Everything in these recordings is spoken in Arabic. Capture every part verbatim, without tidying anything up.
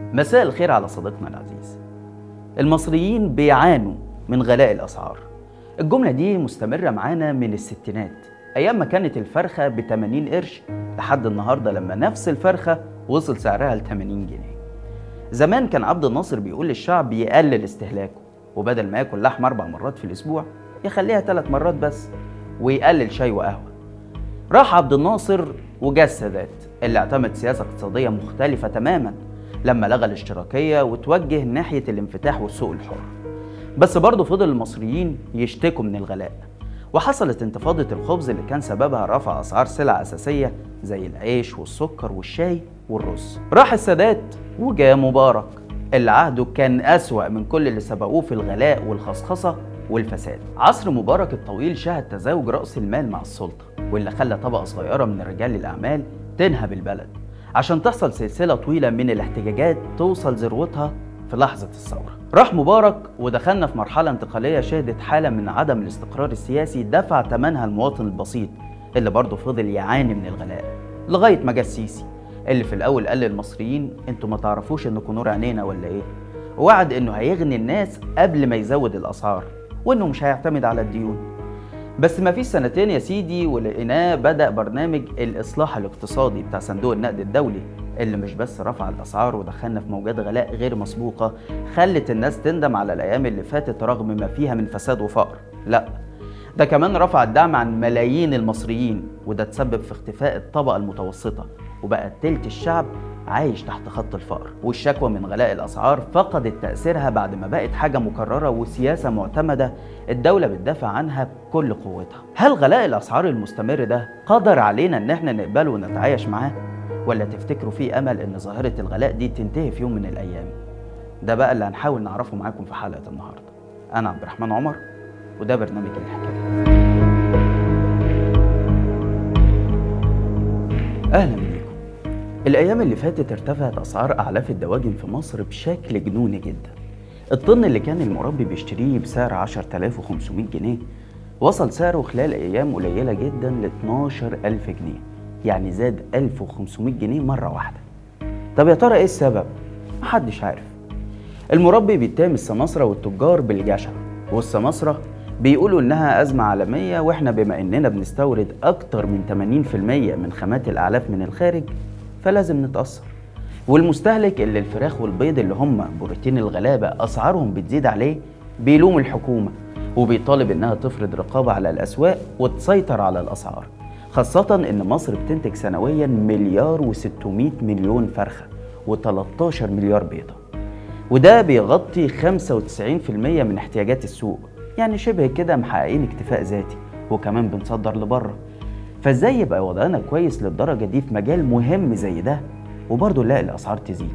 مساء الخير على صديقنا العزيز. المصريين بيعانوا من غلاء الأسعار. الجملة دي مستمرة معانا من الستينات، أيام ما كانت الفرخة ب تمانين قرش لحد النهاردة لما نفس الفرخة وصل سعرها ل تمانين جنيه. زمان كان عبد الناصر بيقول للشعب يقلل استهلاكه، وبدل ما ياكل لحم أربع مرات في الأسبوع يخليها ثلاث مرات بس، ويقلل شاي وقهوة. راح عبد الناصر وجا السادات اللي اعتمد سياسة اقتصادية مختلفة تماما لما لغى الاشتراكية وتوجه ناحية الانفتاح والسوق الحر. بس برضه فضل المصريين يشتكوا من الغلاء، وحصلت انتفاضة الخبز اللي كان سببها رفع أسعار سلع أساسية زي العيش والسكر والشاي والرز. راح السادات وجا مبارك اللي عهده كان أسوأ من كل اللي سبقوه في الغلاء والخصخصة والفساد. عصر مبارك الطويل شهد تزاوج رأس المال مع السلطة، واللي خلى طبقة صغيرة من رجال الأعمال تنهب البلد عشان تحصل سلسلة طويلة من الاحتجاجات توصل ذروتها في لحظة الثورة. راح مبارك ودخلنا في مرحلة انتقالية شهدت حالة من عدم الاستقرار السياسي دفع ثمنها المواطن البسيط اللي برضه فضل يعاني من الغلاء لغاية ما جه السيسي اللي في الأول قال للمصريين انتوا ما تعرفوش انكم نور عينينا ولا ايه، ووعد انه هيغني الناس قبل ما يزود الأسعار وانه مش هيعتمد على الديون. بس ما فيش سنتين يا سيدي ولقيناه بدأ برنامج الإصلاح الاقتصادي بتاع صندوق النقد الدولي اللي مش بس رفع الأسعار ودخلنا في موجات غلاء غير مسبوقة خلت الناس تندم على الأيام اللي فاتت رغم ما فيها من فساد وفقر، لا ده كمان رفع الدعم عن ملايين المصريين، وده تسبب في اختفاء الطبقة المتوسطة وبقى تلت الشعب عايش تحت خط الفقر. والشكوى من غلاء الأسعار فقدت تأثيرها بعد ما بقت حاجة مكررة وسياسة معتمدة الدولة بتدافع عنها بكل قوتها. هل غلاء الأسعار المستمر ده قدر علينا إن احنا نقبله ونتعايش معاه؟ ولا تفتكروا في أمل إن ظاهرة الغلاء دي تنتهي في يوم من الأيام؟ ده بقى اللي هنحاول نعرفه معاكم في حلقة النهاردة. أنا عبد الرحمن عمر وده برنامج الحكاية. أهلا بيكم. الأيام اللي فاتت ارتفعت أسعار أعلاف الدواجن في مصر بشكل جنوني جدا. الطن اللي كان المربي بيشتريه بسعر عشرة آلاف وخمسمائة جنيه وصل سعره خلال أيام قليلة جدا ل اتناشر ألف جنيه، يعني زاد ألف وخمسمائة جنيه مرة واحدة. طب يا ترى إيه السبب؟ محدش عارف. المربي بيتهم السماسرة والتجار بالجشع، والسماسرة بيقولوا إنها أزمة عالمية وإحنا بما إننا بنستورد أكتر من ثمانين في المية من خامات الأعلاف من الخارج فلازم نتأثر. والمستهلك اللي الفراخ والبيض اللي هم بروتين الغلابة أسعارهم بتزيد عليه بيلوم الحكومة وبيطالب إنها تفرض رقابة على الأسواق وتسيطر على الأسعار، خاصة إن مصر بتنتج سنويا مليار وستمائة مليون فرخة وتلتاشر مليار بيضة، وده بيغطي خمسة وتسعين في المية من احتياجات السوق، يعني شبه كده محققين اكتفاء ذاتي وكمان بنصدر لبره. فازاي يبقى وضعنا كويس للدرجة دي في مجال مهم زي ده وبرضه نلاقي الأسعار تزيد؟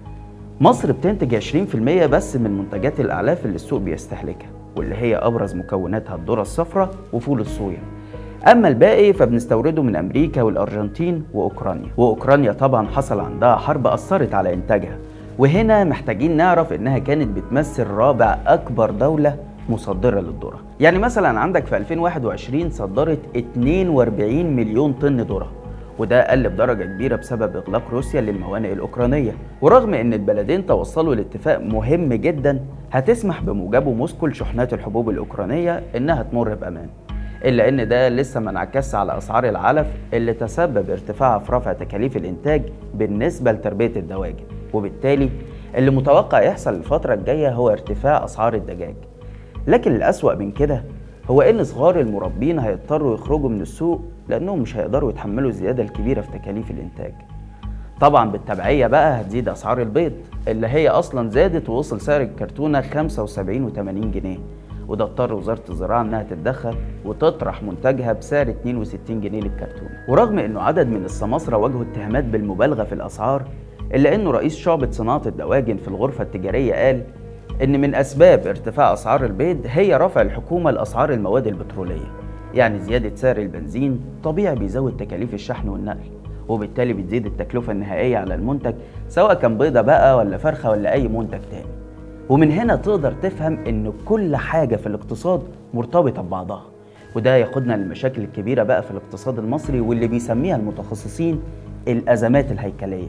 مصر بتنتج عشرين في المية بس من منتجات الأعلاف اللي السوق بيستهلكها، واللي هي أبرز مكوناتها الذرة الصفراء وفول الصويا. أما الباقي فبنستورده من أمريكا والأرجنتين وأوكرانيا، وأوكرانيا طبعا حصل عندها حرب أثرت على إنتاجها، وهنا محتاجين نعرف إنها كانت بتمثل رابع أكبر دولة مصدرة للذرة. يعني مثلا عندك في ألفين وواحد وعشرين صدرت اتنين وأربعين مليون طن ذرة، وده قل بدرجة كبيرة بسبب إغلاق روسيا للموانئ الأوكرانية. ورغم إن البلدين توصلوا لاتفاق مهم جدا هتسمح بموجبه موسكو لشحنات الحبوب الأوكرانية إنها تمر بأمان، إلا إن ده لسه ما انعكسش على أسعار العلف اللي تسبب ارتفاعها في رفع تكاليف الإنتاج بالنسبة لتربية الدواجن، وبالتالي اللي متوقع يحصل الفترة الجاية هو ارتفاع أسعار الدجاج. لكن الأسوأ من كده هو إن صغار المربين هيضطروا يخرجوا من السوق لأنهم مش هيقدروا يتحملوا الزيادة الكبيرة في تكاليف الإنتاج. طبعا بالتبعية بقى هتزيد أسعار البيض اللي هي أصلا زادت ووصل سعر الكرتونة خمسة وسبعين وتمانين جنيه، وده اضطر وزارة الزراعة إنها تتدخل وتطرح منتجها بسعر اتنين وستين جنيه للكرتونة. ورغم إنه عدد من السماسرة واجهوا اتهامات بالمبالغة في الأسعار، إلا إنه رئيس شعبة صناعة الدواجن في الغرفة التجارية قال إن من أسباب ارتفاع أسعار البيض هي رفع الحكومة لأسعار المواد البترولية، يعني زيادة سعر البنزين طبيعي بيزود تكاليف الشحن والنقل، وبالتالي بتزيد التكلفة النهائية على المنتج سواء كان بيضة بقى ولا فرخة ولا أي منتج تاني. ومن هنا تقدر تفهم إن كل حاجة في الاقتصاد مرتبطة ببعضها، وده ياخدنا للمشاكل الكبيرة بقى في الاقتصاد المصري واللي بيسميها المتخصصين الأزمات الهيكلية،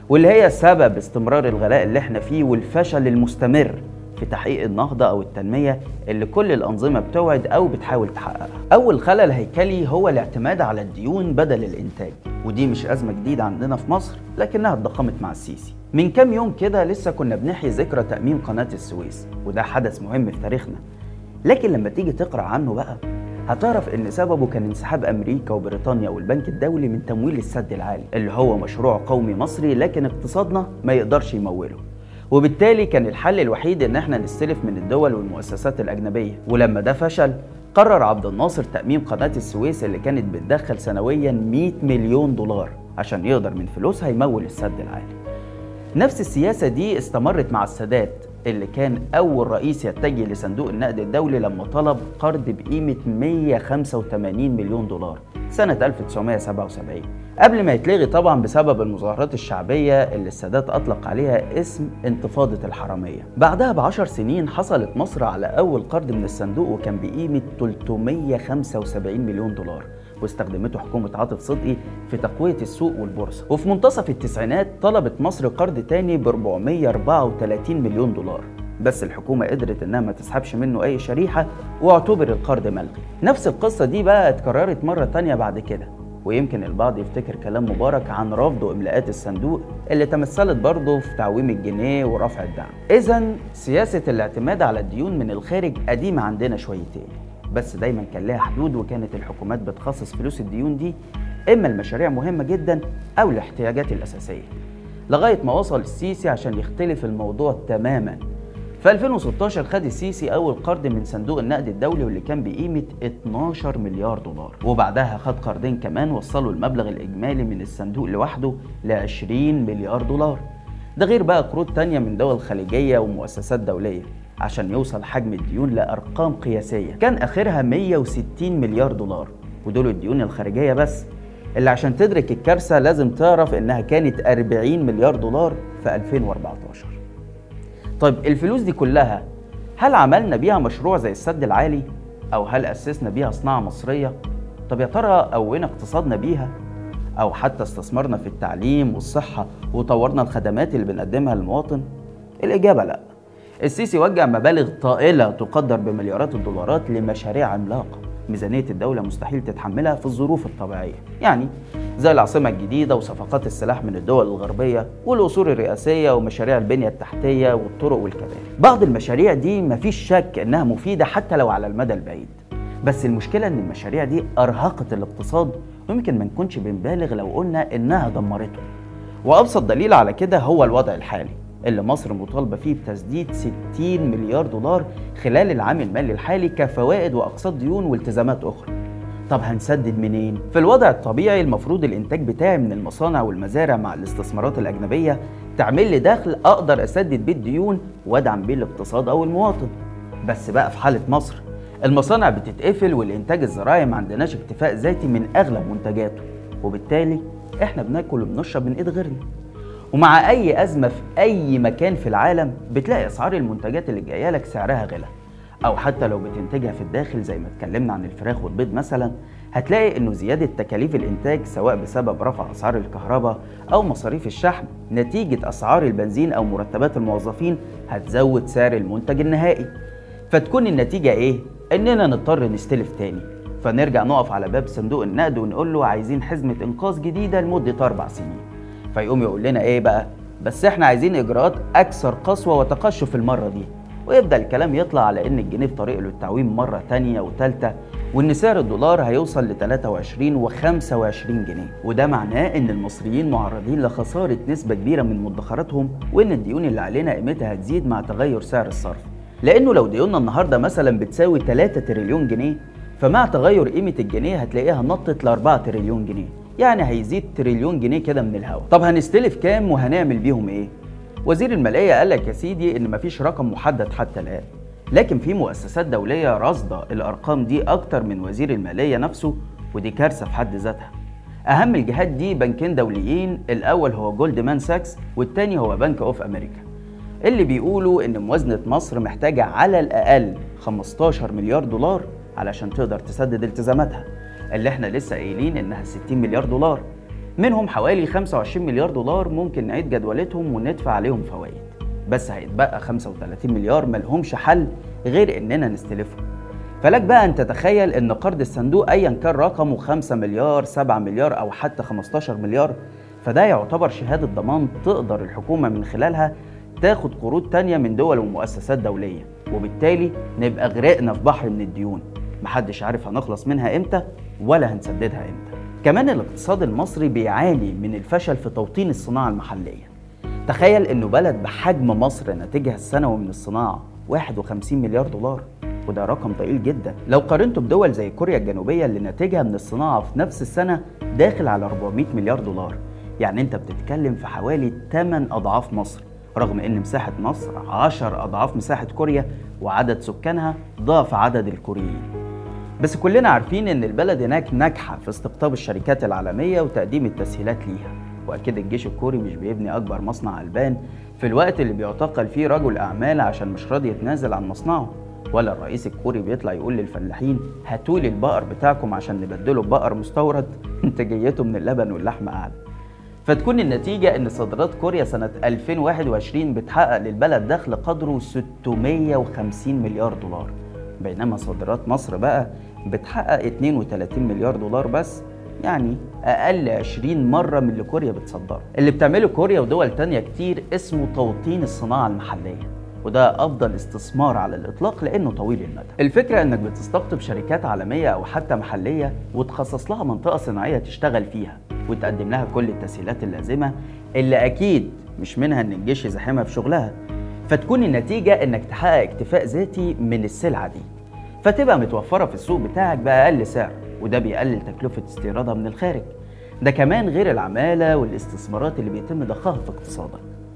واللي هي سبب استمرار الغلاء اللي احنا فيه والفشل المستمر في تحقيق النهضة أو التنمية اللي كل الأنظمة بتوعد أو بتحاول تحققها. أول خلل هيكلي هو الاعتماد على الديون بدل الإنتاج، ودي مش أزمة جديدة عندنا في مصر لكنها اتضخمت مع السيسي. من كام يوم كده لسه كنا بنحيي ذكرى تأميم قناة السويس، وده حدث مهم في تاريخنا، لكن لما تيجي تقرأ عنه بقى هتعرف إن سببه كان انسحاب أمريكا وبريطانيا والبنك الدولي من تمويل السد العالي اللي هو مشروع قومي مصري لكن اقتصادنا ما يقدرش يموله، وبالتالي كان الحل الوحيد ان احنا نستلف من الدول والمؤسسات الاجنبيه. ولما ده فشل قرر عبد الناصر تأميم قناة السويس اللي كانت بتدخل سنويا مئة مليون دولار عشان يقدر من فلوسها يمول السد العالي. نفس السياسه دي استمرت مع السادات اللي كان اول رئيس يتجه لصندوق النقد الدولي لما طلب قرض بقيمه مئة وخمسة وثمانين مليون دولار سنة ألف وتسعمئة وسبعة وسبعين، قبل ما يتلغي طبعا بسبب المظاهرات الشعبية اللي السادات أطلق عليها اسم انتفاضة الحرامية. بعدها بعشر سنين حصلت مصر على أول قرض من الصندوق وكان بقيمة ثلاثمئة وخمسة وسبعين مليون دولار، واستخدمته حكومة عاطف صدقي في تقوية السوق والبورصة. وفي منتصف التسعينات طلبت مصر قرض تاني ب أربعمئة وأربعة وثلاثين مليون دولار، بس الحكومة قدرت انها ما تسحبش منه اي شريحة واعتبر القرض ملغي. نفس القصة دي بقى اتكررت مرة تانية بعد كده، ويمكن البعض يفتكر كلام مبارك عن رفض املاءات الصندوق اللي تمثلت برضه في تعويم الجنيه ورفع الدعم. اذا سياسة الاعتماد على الديون من الخارج قديمة عندنا شويتين، بس دايما كان لها حدود، وكانت الحكومات بتخصص فلوس الديون دي اما المشاريع مهمة جدا او الاحتياجات الاساسية، لغاية ما وصل السيسي عشان يختلف الموضوع تماما. في ألفين وستاشر خد السيسي أول قرض من صندوق النقد الدولي واللي كان بقيمة اثناشر مليار دولار، وبعدها خد قرضين كمان وصلوا المبلغ الإجمالي من الصندوق لوحده ل عشرين مليار دولار. ده غير بقى قروض تانية من دول خليجية ومؤسسات دولية عشان يوصل حجم الديون لأرقام قياسية كان آخرها مئة وستين مليار دولار، ودول الديون الخارجية بس، اللي عشان تدرك الكارثة لازم تعرف إنها كانت أربعين مليار دولار في ألفين وأربعتاشر. طيب الفلوس دي كلها هل عملنا بيها مشروع زي السد العالي؟ أو هل أسسنا بيها صناعة مصرية؟ طب يا ترى قوينا اقتصادنا بيها؟ أو حتى استثمرنا في التعليم والصحة وطورنا الخدمات اللي بنقدمها للمواطن؟ الإجابة لأ. السيسي وجه مبالغ طائلة تقدر بمليارات الدولارات لمشاريع عملاقة ميزانية الدولة مستحيل تتحملها في الظروف الطبيعية، يعني زي العاصمة الجديدة وصفقات السلاح من الدول الغربية والقصور الرئاسية ومشاريع البنية التحتية والطرق والكباري. بعض المشاريع دي مفيش شك انها مفيدة حتى لو على المدى البعيد، بس المشكلة ان المشاريع دي ارهقت الاقتصاد، ويمكن ما نكونش بنبالغ لو قلنا انها دمرته. وابسط دليل على كده هو الوضع الحالي اللي مصر مطالبة فيه بتسديد ستين مليار دولار خلال العام المالي الحالي كفوائد واقساط ديون والتزامات اخرى. طب هنسدد منين؟ في الوضع الطبيعي المفروض الانتاج بتاعي من المصانع والمزارع مع الاستثمارات الاجنبيه تعمل لي دخل اقدر اسدد بيه الديون وادعم بيه الاقتصاد او المواطن. بس بقى في حاله مصر المصانع بتتقفل والانتاج الزراعي ما عندناش اكتفاء ذاتي من اغلب منتجاته، وبالتالي احنا بناكل وبنشرب من ايد غيرنا. ومع اي ازمه في اي مكان في العالم بتلاقي اسعار المنتجات اللي جايه لك سعرها غلى، او حتى لو بتنتجها في الداخل زي ما اتكلمنا عن الفراخ والبيض مثلا هتلاقي انه زياده تكاليف الانتاج سواء بسبب رفع اسعار الكهرباء او مصاريف الشحن نتيجه اسعار البنزين او مرتبات الموظفين هتزود سعر المنتج النهائي. فتكون النتيجه ايه؟ اننا نضطر نستلف تاني، فنرجع نقف على باب صندوق النقد ونقول له عايزين حزمه انقاذ جديده لمده اربع سنين، فيقوم يقول لنا ايه بقى؟ بس احنا عايزين اجراءات اكثر قسوه وتقشف المره دي، ويبدأ الكلام يطلع على ان الجنيه في طريقه للتعويم مرة تانية وتالتة، وان سعر الدولار هيوصل ل ثلاثة وعشرين وخمسة وعشرين جنيه، وده معناه ان المصريين معرضين لخسارة نسبة كبيرة من مدخراتهم، وان الديون اللي علينا قيمتها هتزيد مع تغير سعر الصرف، لانه لو ديوننا النهارده مثلا بتساوي ثلاثة تريليون جنيه فمع تغير قيمة الجنيه هتلاقيها نطت ل أربعة تريليون جنيه، يعني هيزيد تريليون جنيه كده من الهوا. طب هنستلف كام وهنعمل بيهم ايه؟ وزير المالية قال لك يا سيدي إن مفيش رقم محدد حتى الآن، لكن في مؤسسات دولية راصدة الأرقام دي أكتر من وزير المالية نفسه، ودي كارثة في حد ذاتها. أهم الجهات دي بنكين دوليين، الأول هو جولدمان ساكس والتاني هو بنك أوف أمريكا، اللي بيقولوا إن موازنة مصر محتاجة على الأقل خمستاشر مليار دولار علشان تقدر تسدد التزاماتها، اللي احنا لسه قايلين إنها ستين مليار دولار. منهم حوالي خمسة وعشرين مليار دولار ممكن نعيد جدولتهم وندفع عليهم فوائد، بس هيتبقى خمسة وثلاثين مليار ملهمش حل غير اننا نستلفهم. فلك بقى ان تتخيل ان قرض الصندوق ايا كان رقمه خمسة مليار، سبعة مليار او حتى خمستاشر مليار، فده يعتبر شهادة ضمان تقدر الحكومة من خلالها تاخد قروض تانية من دول ومؤسسات دولية، وبالتالي نبقى غرقنا في بحر من الديون محدش عارف هنخلص منها امتى ولا هنسددها امتى. كمان الاقتصاد المصري بيعاني من الفشل في توطين الصناعة المحلية. تخيل انه بلد بحجم مصر ناتجها السنوي من الصناعة واحد وخمسين مليار دولار، وده رقم ضئيل جدا لو قارنته بدول زي كوريا الجنوبية اللي ناتجها من الصناعة في نفس السنة داخل على أربعمائة مليار دولار. يعني انت بتتكلم في حوالي ثمانية أضعاف مصر، رغم ان مساحة مصر عشرة أضعاف مساحة كوريا وعدد سكانها ضعف عدد الكوريين. بس كلنا عارفين ان البلد هناك ناجحة في استقطاب الشركات العالمية وتقديم التسهيلات ليها، واكيد الجيش الكوري مش بيبني اكبر مصنع البان في الوقت اللي بيعتقل فيه رجل اعمال عشان مش راضي يتنازل عن مصنعه، ولا الرئيس الكوري بيطلع يقول للفلاحين هاتولي البقر بتاعكم عشان نبدله ببقر مستورد انتاجيته من اللبن واللحم اعلى. فتكون النتيجة ان صادرات كوريا سنة ألفين وواحد وعشرين بتحقق للبلد دخل قدره ستمائة وخمسين مليار دولار، بينما صادرات مصر بقى بتحقق اثنين وثلاثين مليار دولار بس، يعني اقل عشرين مرة من اللي كوريا بتصدره. اللي بتعمله كوريا ودول تانية كتير اسمه توطين الصناعة المحلية، وده افضل استثمار على الاطلاق لانه طويل المدى. الفكرة انك بتستقطب شركات عالمية او حتى محلية وتخصص لها منطقة صناعية تشتغل فيها وتقدم لها كل التسهيلات اللازمة اللي اكيد مش منها ان الجيش يزاحمها في شغلها، فتكون النتيجة انك تحقق اكتفاء ذاتي من السلعة دي، فتبقى متوفرة في السوق بتاعك بأقل سعر، وده بيقلل تكلفة استيرادها من الخارج. ده كمان غير العمالة والاستثمارات اللي بيتم ضخها في اقتصادك.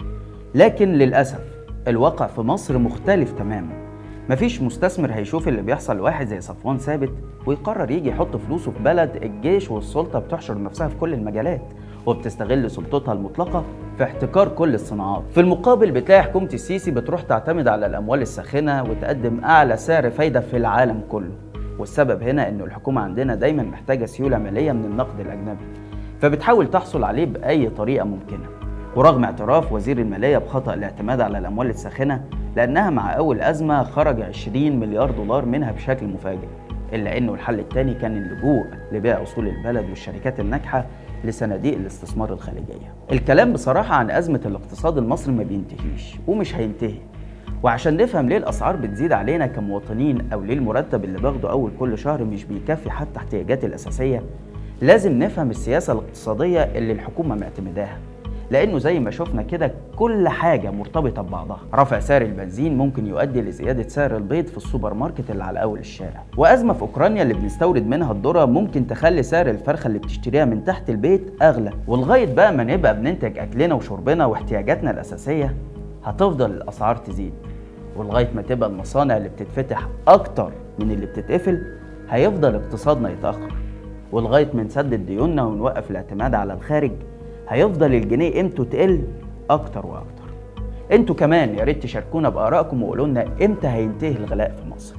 لكن للأسف الواقع في مصر مختلف تماما. مفيش مستثمر هيشوف اللي بيحصل لواحد زي صفوان ثابت ويقرر يجي يحط فلوسه في بلد الجيش والسلطة بتحشر نفسها في كل المجالات وبتستغل سلطتها المطلقة في احتكار كل الصناعات. في المقابل بتلاقي حكومة السيسي بتروح تعتمد على الأموال الساخنة وتقدم أعلى سعر فايدة في العالم كله، والسبب هنا إنه الحكومة عندنا دايما محتاجة سيولة مالية من النقد الأجنبي، فبتحاول تحصل عليه بأي طريقة ممكنة. ورغم اعتراف وزير المالية بخطأ الاعتماد على الأموال الساخنة لأنها مع أول أزمة خرج عشرين مليار دولار منها بشكل مفاجئ، إلا إنه الحل الثاني كان اللجوء لبيع أصول البلد والشركات الناجحة لصناديق الاستثمار الخارجية. الكلام بصراحة عن أزمة الاقتصاد المصري ما بينتهيش ومش هينتهي، وعشان نفهم ليه الأسعار بتزيد علينا كمواطنين أو ليه المرتب اللي باخده أول كل شهر مش بيكفي حتى احتياجاتي الأساسية، لازم نفهم السياسة الاقتصادية اللي الحكومة معتمداها، لأنه زي ما شفنا كده كل حاجة مرتبطة ببعضها. رفع سعر البنزين ممكن يؤدي لزيادة سعر البيض في السوبر ماركت اللي على أول الشارع، وأزمة في أوكرانيا اللي بنستورد منها الذرة ممكن تخلي سعر الفرخة اللي بتشتريها من تحت البيت أغلى، ولغاية بقى ما نبقى بننتج أكلنا وشربنا واحتياجاتنا الأساسية هتفضل الأسعار تزيد، ولغاية ما تبقى المصانع اللي بتتفتح أكتر من اللي بتتقفل هيفضل اقتصادنا يتأخر، ولغاية ما نسدد ديوننا ونوقف الاعتماد على الخارج هيفضل الجنيه قيمته تقل اكتر واكتر. انتوا كمان يا ريت تشاركونا بارائكم وقولوا لنا امتى هينتهي الغلاء في مصر.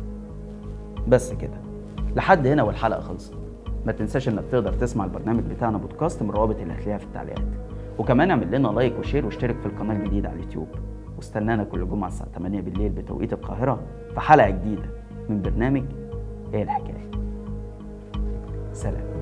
بس كده لحد هنا والحلقه خلصت. ما تنساش انك تقدر تسمع البرنامج بتاعنا بودكاست من الروابط اللي هتلاقيها في التعليقات، وكمان اعمل لنا لايك وشير واشترك في القناه الجديده على اليوتيوب، واستنانا كل جمعه الساعه ثمانية بالليل بتوقيت القاهره في حلقه جديده من برنامج ايه الحكايه. سلام.